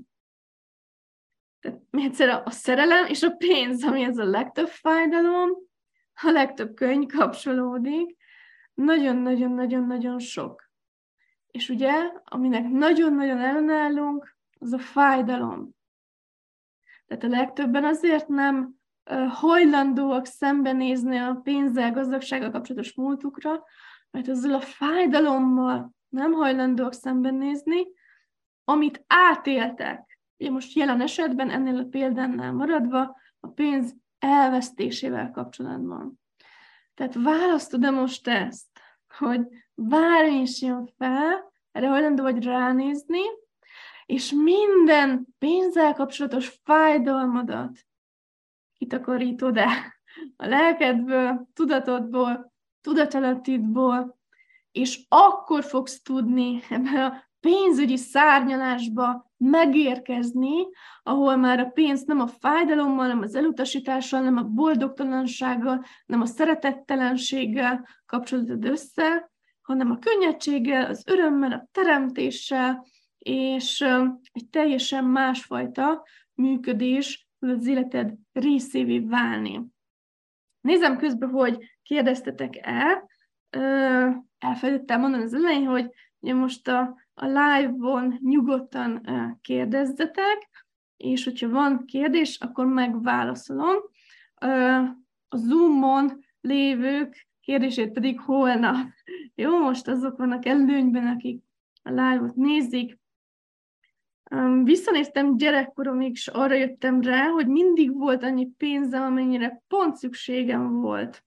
S1: Tehát egyszer a szerelem és a pénz, ami ez a legtöbb fájdalom, a legtöbb könyv kapcsolódik, nagyon-nagyon-nagyon-nagyon sok. És ugye, aminek nagyon-nagyon ellenállunk, az a fájdalom. Tehát a legtöbben azért nem hajlandóak szembenézni a pénzzel, gazdagsággal kapcsolatos múltukra, mert ezzel a fájdalommal nem hajlandóak szembenézni, amit átéltek. Ugye most jelen esetben ennél a példánál maradva a pénz elvesztésével kapcsolatban. Tehát választod-e most ezt, hogy bármi is jön fel, erre hajlandó vagy ránézni, és minden pénzzel kapcsolatos fájdalmadat kitakarítod-e a lelkedből, tudatodból, tudatalattidból, és akkor fogsz tudni ebben a pénzügyi szárnyalásba megérkezni, ahol már a pénz nem a fájdalommal, nem az elutasítással, nem a boldogtalansággal, nem a szeretettelenséggel kapcsolódod össze, hanem a könnyedséggel, az örömmel, a teremtéssel, és egy teljesen másfajta működés tud az életed részévé válni. Nézem közben, hogy kérdeztetek-e. Elfelejtettem mondani az elején, hogy ugye most a live-on nyugodtan kérdezzetek, és hogyha van kérdés, akkor megválaszolom. A Zoom-on lévők kérdését pedig holnap. Jó, most azok vannak előnyben, akik a live-ot nézik. Visszanéztem gyerekkoromig, és arra jöttem rá, hogy mindig volt annyi pénzem, amennyire pont szükségem volt.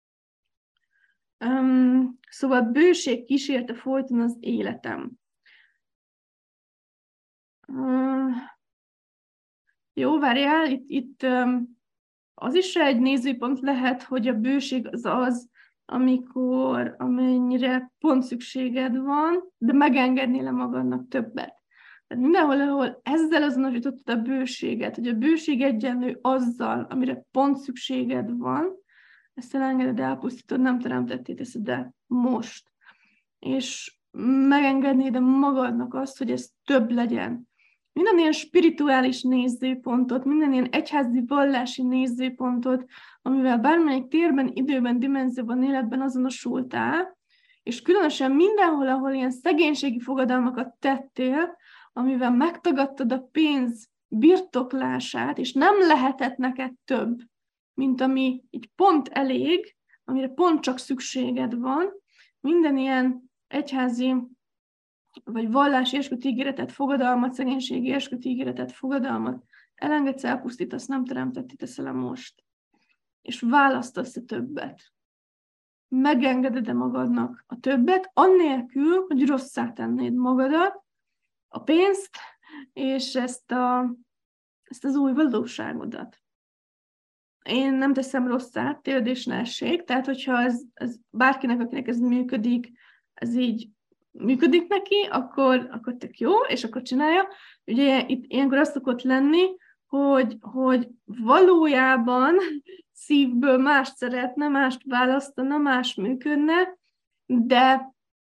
S1: Szóval bőség kísérte folyton az életem. Jó, várjál, itt az is egy nézőpont lehet, hogy a bőség az, amennyire pont szükséged van, de megengednél magadnak többet. Tehát mindenhol, ahol ezzel azonosítottad a bőséget, hogy a bőség egyenlő azzal, amire pont szükséged van, ezt elengeded, elpusztítod, nem teremtettél, teszed, de most. És megengednéd magadnak azt, hogy ez több legyen. Minden ilyen spirituális nézőpontot, minden ilyen egyházi vallási nézőpontot, amivel bármelyik térben, időben, dimenzióban, életben azonosultál, és különösen mindenhol, ahol ilyen szegénységi fogadalmakat tettél, amivel megtagadtad a pénz birtoklását, és nem lehetett neked több, mint ami így pont elég, amire pont csak szükséged van. Minden ilyen egyházi vagy vallási esküvői ígéretet, fogadalmat, szegénységi esküvői ígéretet, fogadalmat elengedsz, elpusztítasz, nem teremtettél most. És választasz a többet. Megengeded-e magadnak a többet, annélkül, hogy rosszá tennéd magadat, a pénzt, és ezt az új valóságodat. Én nem teszem rosszá, tévedés ne essék, tehát hogyha ez bárkinek, akinek ez működik, ez így működik neki, akkor tök jó, és akkor csinálja. Ugye itt ilyenkor azt szokott lenni, hogy valójában szívből mást szeretne, mást választana, más működne, de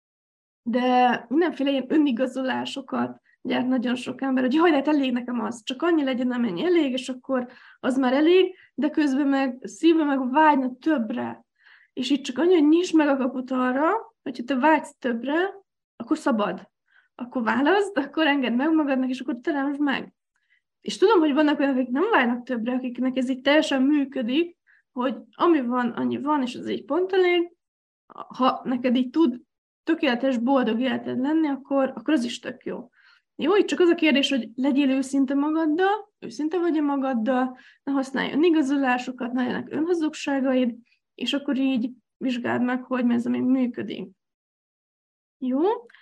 S1: mindenféle ilyen önigazolásokat gyárt nagyon sok ember, hogy jaj, de hát elég nekem az, csak annyi legyen, amennyi elég, és akkor az már elég, de közben meg szívben meg vágyna többre. És itt csak annyi, hogy nyisd meg a kaput arra, hogyha te vágysz többre, akkor szabad. Akkor válaszd, akkor engedd meg magadnak, és akkor teremtsd meg. És tudom, hogy vannak olyanok, akik nem vágynak többre, akiknek ez így teljesen működik, hogy ami van, annyi van, és az így pont elég. Ha neked így tud tökéletes, boldog életed lenni, akkor az is tök jó. Jó, itt csak az a kérdés, hogy legyél őszinte magaddal, őszinte vagy magaddal, ne használj önigazolásokat, ne legyenek önhazugságaid, és akkor így vizsgáld meg, hogy mi ez, ami működik. Jó.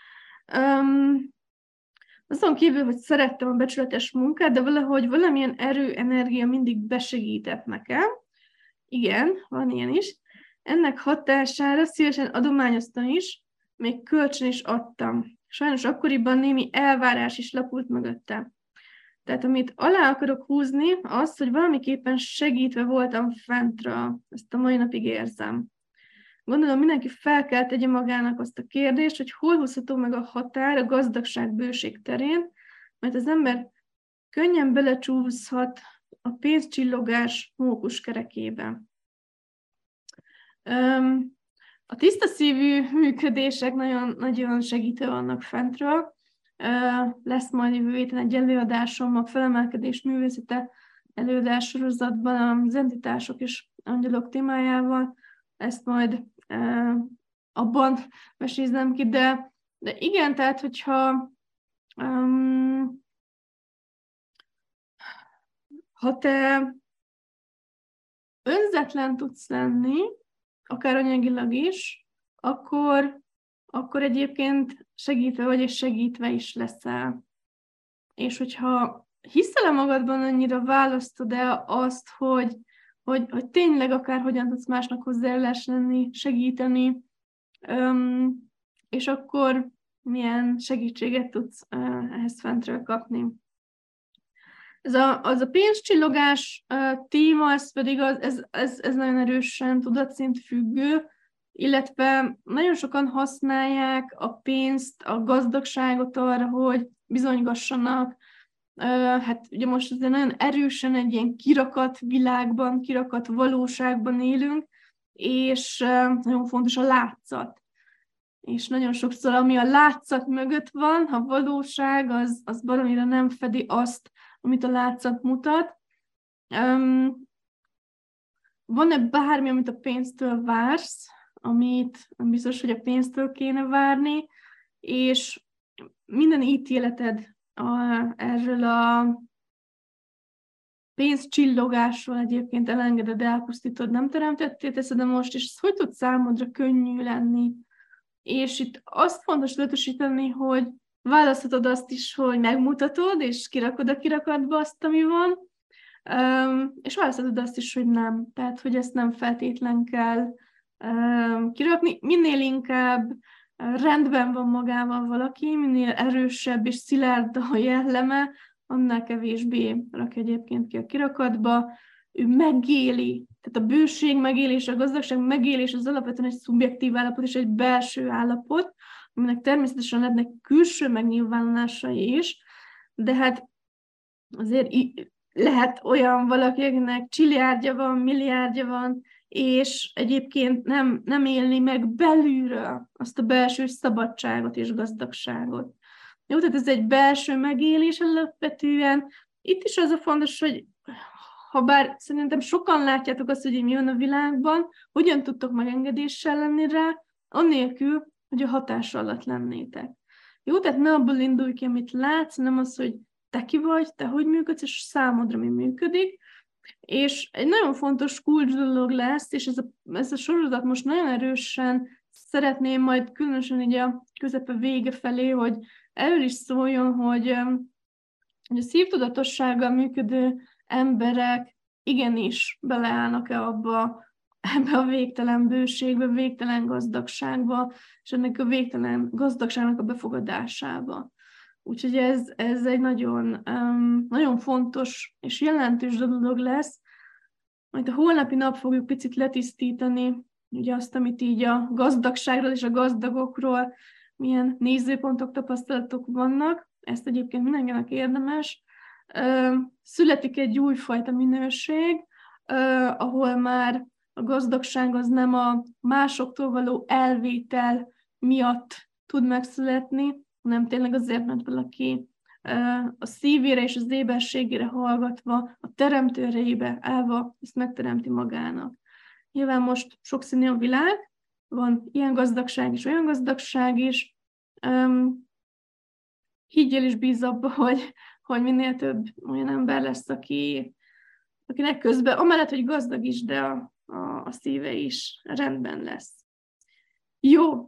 S1: Azon kívül, hogy szerettem a becsületes munkát, de valahogy valamilyen erő, energia mindig besegített nekem. Igen, van ilyen is. Ennek hatására szívesen adományoztam is, még kölcsön is adtam. Sajnos akkoriban némi elvárás is lapult mögötte. Tehát amit alá akarok húzni, az, hogy valamiképpen segítve voltam fentra. Ezt a mai napig érzem. Gondolom, mindenki fel kell tegye magának azt a kérdést, hogy hol húzható meg a határ a gazdagság bőség terén, mert az ember könnyen belecsúszhat a pénzcsillogás mókuskerekébe. A tiszta szívű működések nagyon, nagyon segítő vannak fentről. Lesz majd jövő héten egy előadásom a Felemelkedés művészete előadás sorozatban az entitások és angyalok témájával. Ezt majd abban mesézem ki, de igen, tehát hogyha ha te önzetlen tudsz lenni, akár anyagilag is, akkor egyébként segítve vagy, és segítve is leszel. És hogyha hiszel a magadban, annyira választod el azt, hogy tényleg akár hogyan tudsz másnak hozzájárulás lenni, segíteni, és akkor milyen segítséget tudsz ehhez fentről kapni. Az a pénzcsillogás téma, ez pedig ez nagyon erősen tudatszint függő, illetve nagyon sokan használják a pénzt, a gazdagságot arra, hogy bizonygassanak. Hát ugye most azért nagyon erősen egy ilyen kirakat világban, kirakat valóságban élünk, és nagyon fontos a látszat. És nagyon sokszor, ami a látszat mögött van, a valóság, az baromira nem fedi azt, amit a látszat mutat. Van-e bármi, amit a pénztől vársz, amit biztos, hogy a pénztől kéne várni, és minden ítéleted erről a pénzcsillogásról egyébként elengeded, elpusztítod, nem teremtettél, teszed de most, és ez hogy tud számodra könnyű lenni? És itt azt fontos tudatosítani, hogy választhatod azt is, hogy megmutatod, és kirakod a kirakatba azt, ami van, és választhatod azt is, hogy nem. Tehát, hogy ezt nem feltétlen kell kirakni. Minél inkább rendben van magával valaki, minél erősebb és szilárd a jelleme, annál kevésbé rakja egyébként ki a kirakatba. Ő megéli, tehát a bőség megélés, a gazdagság megélés az alapvetően egy szubjektív állapot és egy belső állapot, aminek természetesen lehetnek külső megnyilvánulásai is, de hát azért lehet olyan valaki, akinek csilliárdja van, milliárdja van, és egyébként nem élni meg belülről azt a belső szabadságot és gazdagságot. Jó, tehát ez egy belső megélés alapvetően. Itt is az a fontos, hogy ha bár szerintem sokan látjátok azt, hogy mi van a világban, hogyan tudtok megengedéssel lenni rá, annélkül, hogy a hatás alatt lennétek. Jó, tehát ne abból indulj ki, amit látsz, nem az, hogy te ki vagy, te hogy működsz, és számodra mi működik. És egy nagyon fontos kulcs dolog lesz, és ez a sorozat most nagyon erősen szeretném majd különösen így a közepe vége felé, hogy erről is szóljon, hogy a szívtudatossággal működő emberek igenis beleállnak-e ebbe a végtelen bőségbe, végtelen gazdagságba, és ennek a végtelen gazdagságnak a befogadásába. Úgyhogy ez egy nagyon, nagyon fontos és jelentős dolog lesz. Majd a holnapi nap fogjuk picit letisztítani, ugye azt, amit így a gazdagságról és a gazdagokról, milyen nézőpontok, tapasztalatok vannak. Ezt egyébként mindenkinek érdemes. Születik egy újfajta minőség, ahol már a gazdagság az nem a másoktól való elvétel miatt tud megszületni, hanem tényleg azért, mert valaki a szívére és az éberségére hallgatva, a teremtő erejébe állva ezt megteremti magának. Nyilván most sokszínű a világ, van ilyen gazdagság és olyan gazdagság is. Higgyél és bízz abba, hogy minél több olyan ember lesz, akinek közben, amellett, hogy gazdag is, de a szíve is rendben lesz. Jó.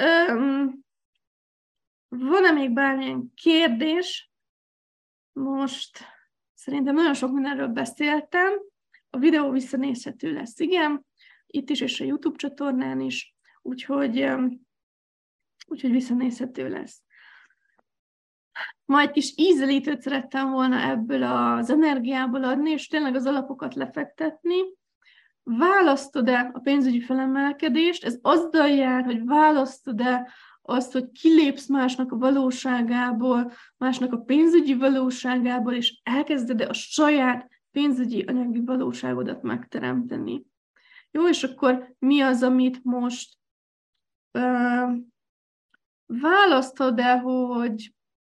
S1: Van-e még bármilyen kérdés? Most szerintem nagyon sok mindenről beszéltem. A videó visszanézhető lesz, igen. Itt is, és a YouTube csatornán is. Úgyhogy visszanézhető lesz. Majd kis ízelítőt szerettem volna ebből az energiából adni, és tényleg az alapokat lefektetni. Választod-e a pénzügyi felemelkedést? Ez azzal jár, hogy választod-e azt, hogy kilépsz másnak a valóságából, másnak a pénzügyi valóságából, és elkezded-e a saját pénzügyi anyagi valóságodat megteremteni. Jó, és akkor mi az, amit most választod-e, hogy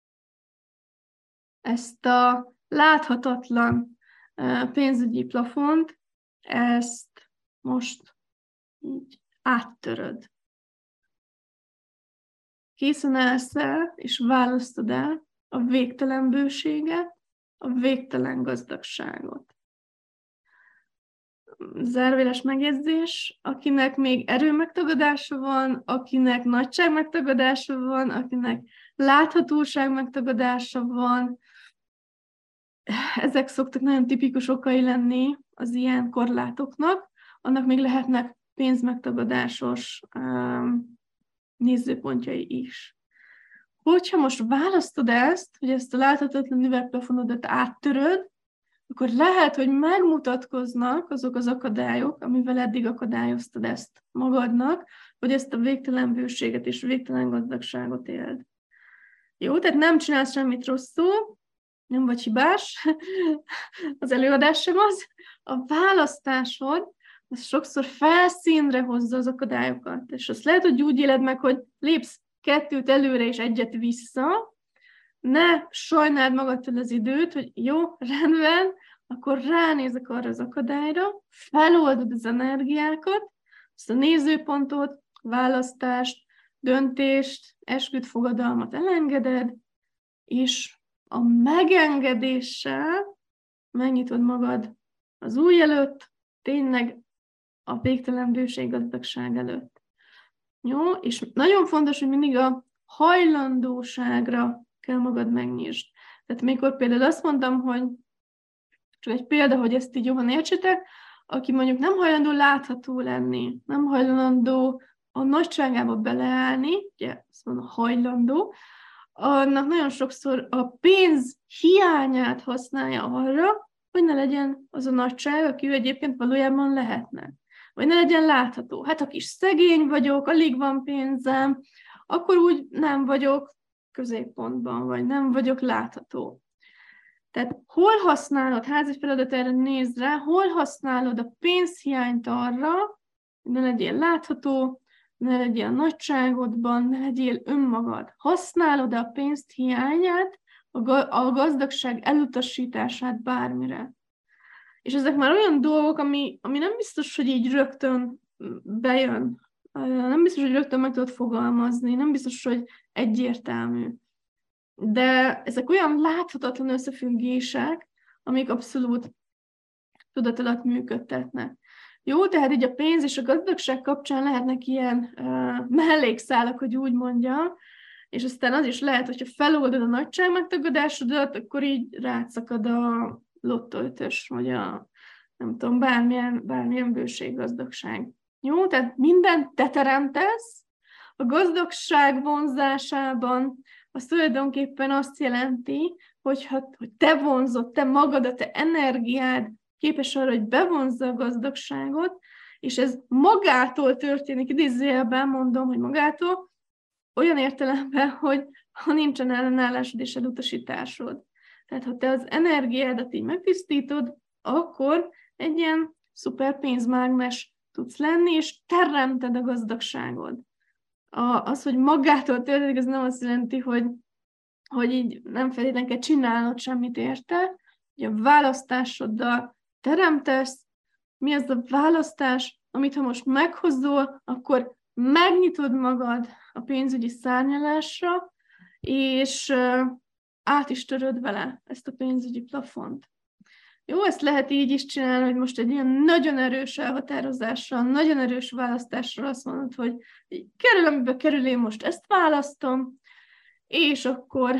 S1: ezt a láthatatlan pénzügyi plafont, ezt most így áttöröd. Készen állsz el, és választod el a végtelen bőséget, a végtelen gazdagságot. Zárójeles megjegyzés, akinek még erőmegtagadása van, akinek nagyság megtagadása van, akinek láthatóság megtagadása van, ezek szoktak nagyon tipikus okai lenni az ilyen korlátoknak, annak még lehetnek pénzmegtagadásos nézőpontjai is. Hogyha most választod ezt, hogy ezt a láthatatlan üvegplafonodat áttöröd, akkor lehet, hogy megmutatkoznak azok az akadályok, amivel eddig akadályoztad ezt magadnak, hogy ezt a végtelen bőséget és végtelen gazdagságot éld. Jó, tehát nem csinálsz semmit rosszul, nem vagy hibás, az előadás sem az. A választásod, az sokszor felszínre hozza az akadályokat, és azt lehet, hogy úgy éled meg, hogy lépsz 2 előre és 1 vissza, ne sajnáld magadtól az időt, hogy jó, rendben, akkor ránézek arra az akadályra, feloldod az energiákat, azt a nézőpontot, választást, döntést, esküdt fogadalmat elengeded, és a megengedéssel megnyitod magad az új előtt, tényleg a végtelen bőség gazdagság előtt. Jó? És nagyon fontos, hogy mindig a hajlandóságra kell magad megnyisd. Tehát mikor például azt mondtam, hogy csak egy példa, hogy ezt így jobban értsétek, aki mondjuk nem hajlandó látható lenni, nem hajlandó a nagyságába beleállni, ugye azt mondom, hajlandó, annak nagyon sokszor a pénz hiányát használja arra, hogy ne legyen az a nagyság, aki ő egyébként valójában lehetne. Vagy ne legyen látható. Hát ha kis szegény vagyok, alig van pénzem, akkor úgy nem vagyok középpontban, vagy nem vagyok látható. Tehát hol használod, házi feladat erre nézd rá, hol használod a pénzhiányt arra, hogy ne legyél látható, ne legyél nagyságodban, ne legyél önmagad. Használod a pénzt hiányát, a gazdagság elutasítását bármire. És ezek már olyan dolgok, ami nem biztos, hogy így rögtön bejön. Nem biztos, hogy rögtön meg tudod fogalmazni, nem biztos, hogy egyértelmű. De ezek olyan láthatatlan összefüggések, amik abszolút tudat alatt működtetnek. Jó, tehát így a pénz és a gazdagság kapcsán lehetnek ilyen mellékszálak, hogy úgy mondjam, és aztán az is lehet, hogyha feloldod a nagyság megtagadásodat, akkor így rátszakad a lottóötös, vagy a nem tudom, bármilyen bőség, gazdagság. Jó, tehát mindent te teremtesz, a gazdagság vonzásában az tulajdonképpen azt jelenti, hogy te vonzod, te magad, a te energiád képes arra, hogy bevonzza a gazdagságot, és ez magától történik, idézőjelben mondom, hogy magától, olyan értelemben, hogy ha nincsen ellenállásod és elutasításod. Tehát ha te az energiádat így megtisztítod, akkor egy ilyen szuper pénzmágnes tudsz lenni, és teremted a gazdagságod. Az, hogy magától történik, az nem azt jelenti, hogy így nem feltétlenül kell csinálnod semmit érte, hogy a választásoddal teremtesz. Mi az a választás, amit ha most meghozol, akkor megnyitod magad a pénzügyi szárnyalásra, és át is töröd vele ezt a pénzügyi plafont. Jó, ezt lehet így is csinálni, hogy most egy ilyen nagyon erős elhatározással, nagyon erős választással azt mondod, hogy kerül, amiben kerül, én most ezt választom, és akkor,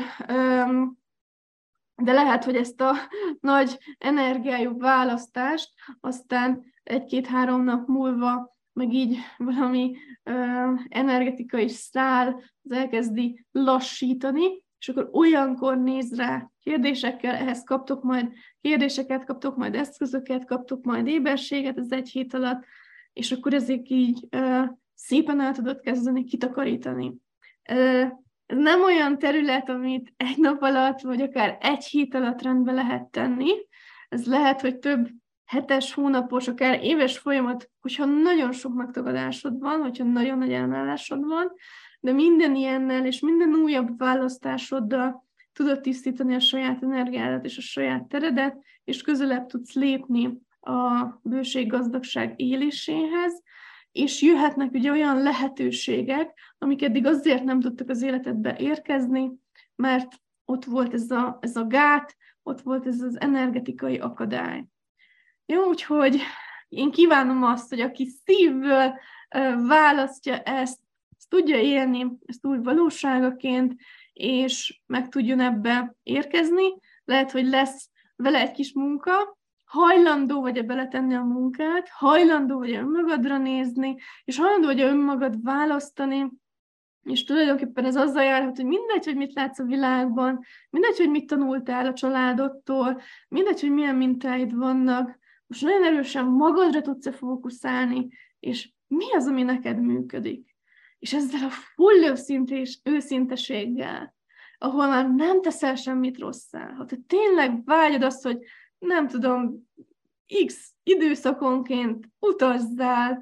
S1: de lehet, hogy ezt a nagy energiájú választást aztán 1-2-3 nap múlva meg így valami energetikai szál az elkezdi lassítani, és akkor olyankor néz rá kérdésekkel, ehhez kaptok majd kérdéseket, kaptok majd eszközöket, kaptok majd éberséget az 1 hét alatt, és akkor ezek így szépen el tudod kezdeni kitakarítani. Ez nem olyan terület, amit 1 nap alatt, vagy akár 1 hét alatt rendbe lehet tenni. Ez lehet, hogy több hetes, hónapos, akár éves folyamat, hogyha nagyon sok megtagadásod van, hogyha nagyon nagy ellenállásod van, de minden ilyennel és minden újabb választásoddal tudod tisztítani a saját energiádat és a saját teredet, és közelebb tudsz lépni a bőség, gazdagság éléséhez, és jöhetnek ugye olyan lehetőségek, amik eddig azért nem tudtak az életedbe érkezni, mert ott volt ez a gát, ott volt ez az energetikai akadály. Jó, úgyhogy én kívánom azt, hogy aki szívből választja ezt tudja élni, ezt új valóságaként, és meg tudjon ebbe érkezni. Lehet, hogy lesz vele egy kis munka, hajlandó vagy-e beletenni a munkát, hajlandó vagy-e önmagadra nézni, és hajlandó vagy-e önmagad választani, és tulajdonképpen ez azzal járhat, hogy mindegy, hogy mit látsz a világban, mindegy, hogy mit tanultál a családodtól, mindegy, hogy milyen mintáid vannak, most nagyon erősen magadra tudsz fókuszálni, és mi az, ami neked működik. És ezzel a full őszinteséggel, ahol már nem teszel semmit rosszá, ha te tényleg vágyod azt, hogy nem tudom, X időszakonként utazzál,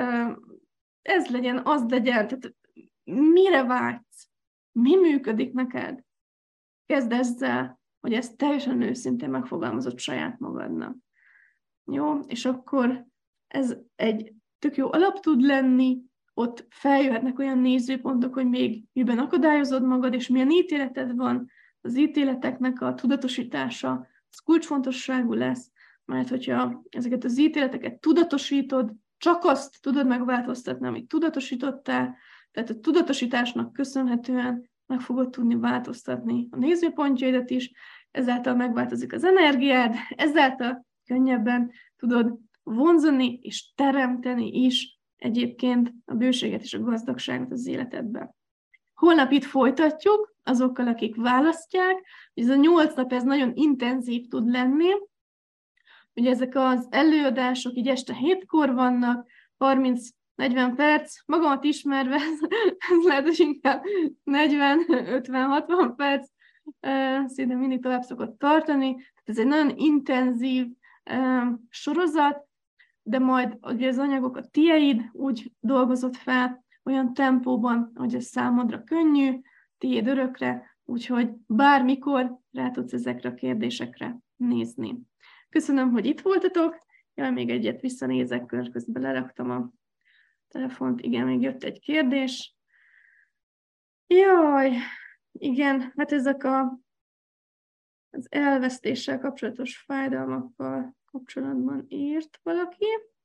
S1: ez legyen, az legyen, tehát mire vágysz? Mi működik neked? Kezd ezzel, hogy ezt teljesen őszintén megfogalmazott saját magadnak. Jó? És akkor ez egy tök jó alap tud lenni, ott feljöhetnek olyan nézőpontok, hogy még miben akadályozod magad, és milyen ítéleted van, az ítéleteknek a tudatosítása, az kulcsfontosságú lesz, mert hogyha ezeket az ítéleteket tudatosítod, csak azt tudod megváltoztatni, amit tudatosítottál, tehát a tudatosításnak köszönhetően meg fogod tudni változtatni a nézőpontjaidat is, ezáltal megváltozik az energiád, ezáltal könnyebben tudod vonzani és teremteni is egyébként a bőséget és a gazdagságot az életedben. Holnap itt folytatjuk azokkal, akik választják. Ez a 8 nap ez nagyon intenzív tud lenni. Ugye ezek az előadások így este 7-kor vannak, 30-40 perc, magamat ismerve, ez lehet, hogy inkább 40-50-60 perc, szinte mindig tovább szokott tartani. Tehát ez egy nagyon intenzív sorozat, de majd ugye az anyagok a tieid úgy dolgozott fel, olyan tempóban, hogy ez számodra könnyű, tiéd örökre, úgyhogy bármikor rá tudsz ezekre a kérdésekre nézni. Köszönöm, hogy itt voltatok. Jaj, még egyet visszanézek, közben leraktam a telefont. Igen, még jött egy kérdés. Jaj, igen, hát ezek az elvesztéssel kapcsolatos fájdalmakkal kapcsolatban írt valaki.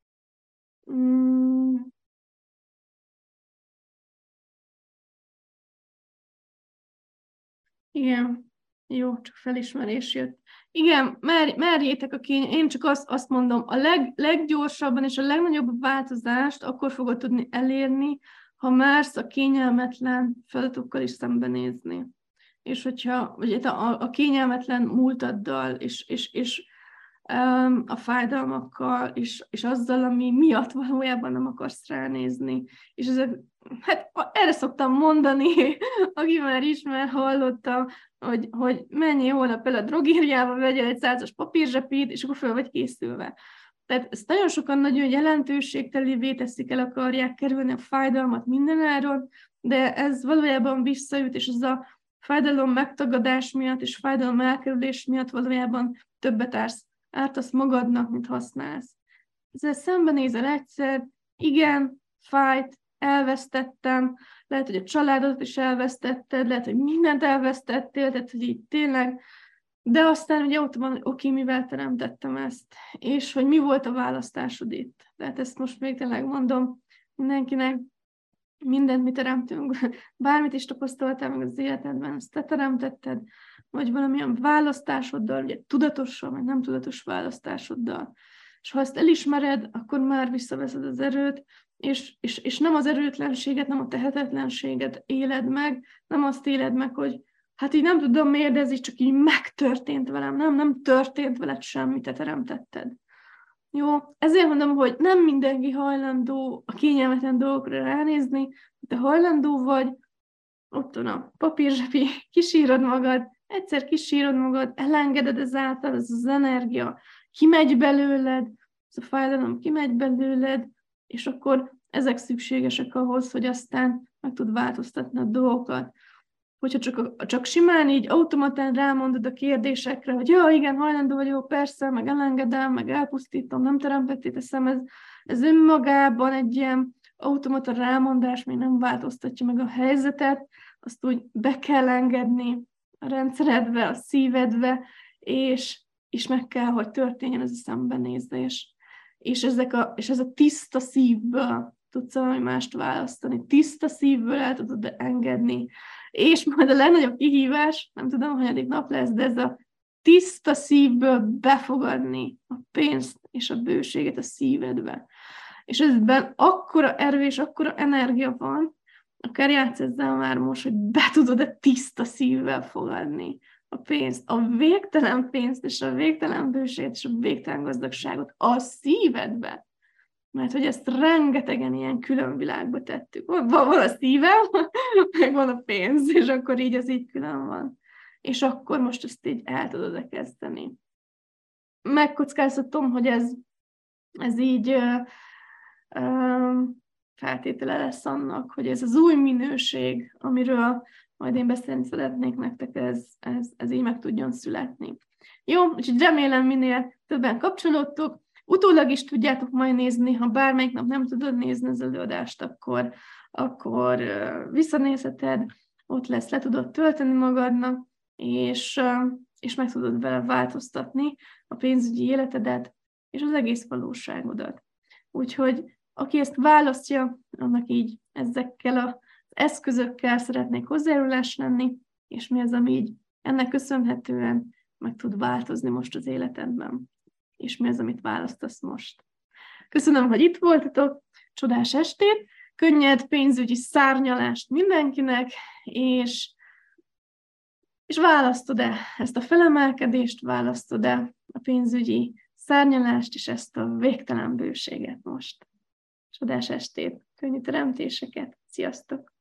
S1: Igen, jó, csak felismerés jött. Igen, merjétek a én csak azt mondom, a leggyorsabban és a legnagyobb változást akkor fogod tudni elérni, ha mersz a kényelmetlen feladatokkal is szembenézni. És hogyha vagy a kényelmetlen múltaddal, és a fájdalmakkal, és azzal, ami miatt valójában nem akarsz ránézni. És ezek, hát erre szoktam mondani, aki már ismer, hallotta, hogy menjél holnap el a drogériába, vegyél egy 100-as papírzsepit, és akkor fel vagy készülve. Tehát ezt nagyon sokan nagyon jelentőségtelévé teszik, el akarják kerülni a fájdalmat mindenáron, de ez valójában visszaüt, és ez a fájdalom megtagadás miatt, és fájdalom elkerülés miatt valójában többet ártasz magadnak, mint használsz. Ezzel szembenézel egyszer, igen, fájt, elvesztettem, lehet, hogy a családodat is elvesztetted, lehet, hogy mindent elvesztettél, tehát, hogy így tényleg, de aztán ugye ott van, hogy oké, mivel teremtettem ezt, és hogy mi volt a választásod itt. Tehát ezt most még tényleg mondom mindenkinek, mindent mi teremtünk, bármit is tapasztaltál meg az életedben, ezt te teremtetted, vagy valamilyen választásoddal, ugye tudatossal, vagy nem tudatos választásoddal. És ha ezt elismered, akkor már visszaveszed az erőt, és nem az erőtlenséget, nem a tehetetlenséget éled meg, nem azt éled meg, hogy hát így nem tudom miért, de ez így csak így megtörtént velem, nem történt veled semmi, te teremtetted. Jó, ezért mondom, hogy nem mindenki hajlandó a kényelmetlen dolgokra ránézni, te hajlandó vagy, ott van a papírzsepi, kisírod magad, egyszer kisírod magad, elengeded ezáltal, ez az energia kimegy belőled, ez a fájdalom kimegy belőled, és akkor ezek szükségesek ahhoz, hogy aztán meg tud változtatni a dolgokat. Hogyha csak simán így automatán rámondod a kérdésekre, hogy ja, igen, hajlandó vagyok, persze, meg elengedem, meg elpusztítom, nem teremtetté teszem, ez önmagában egy ilyen automata rámondás még nem változtatja meg a helyzetet, azt úgy be kell engedni a rendszeredbe, a szívedbe, és meg kell, hogy történjen ez a szembenézés. És ez a tiszta szívből tudsz valami mást választani. Tiszta szívből el tudod engedni. És majd a legnagyobb kihívás, nem tudom, hanyadik nap lesz, de ez a tiszta szívből befogadni a pénzt és a bőséget a szívedbe. És ezben akkora erő és akkora energia van, akár játsz ezzel már most, hogy be tudod-e tiszta szívvel fogadni a pénzt, a végtelen pénzt és a végtelen bőséget és a végtelen gazdagságot a szívedbe. Mert hogy ezt rengetegen ilyen külön világba tettük. Van a szívem, meg van a pénz, és akkor így ez így külön van. És akkor most ezt így el tudod kezdeni. Megkockáztatom, hogy ez így feltétele lesz annak, hogy ez az új minőség, amiről majd én beszélni szeretnék nektek, ez így meg tudjon születni. Jó, úgyhogy remélem minél többen kapcsolódtok, utólag is tudjátok majd nézni, ha bármelyik nap nem tudod nézni az előadást, akkor visszanézheted, ott lesz, le tudod tölteni magadnak, és meg tudod vele változtatni a pénzügyi életedet és az egész valóságodat. Úgyhogy aki ezt választja, annak így ezekkel az eszközökkel szeretnék hozzájárulás lenni, és mi az, ami így ennek köszönhetően meg tud változni most az életedben, és mi az, amit választasz most. Köszönöm, hogy itt voltatok, csodás estét, könnyed pénzügyi szárnyalást mindenkinek, és választod-e ezt a felemelkedést, választod-e a pénzügyi szárnyalást, és ezt a végtelen bőséget most. Csodás estét, könnyű teremtéseket, sziasztok!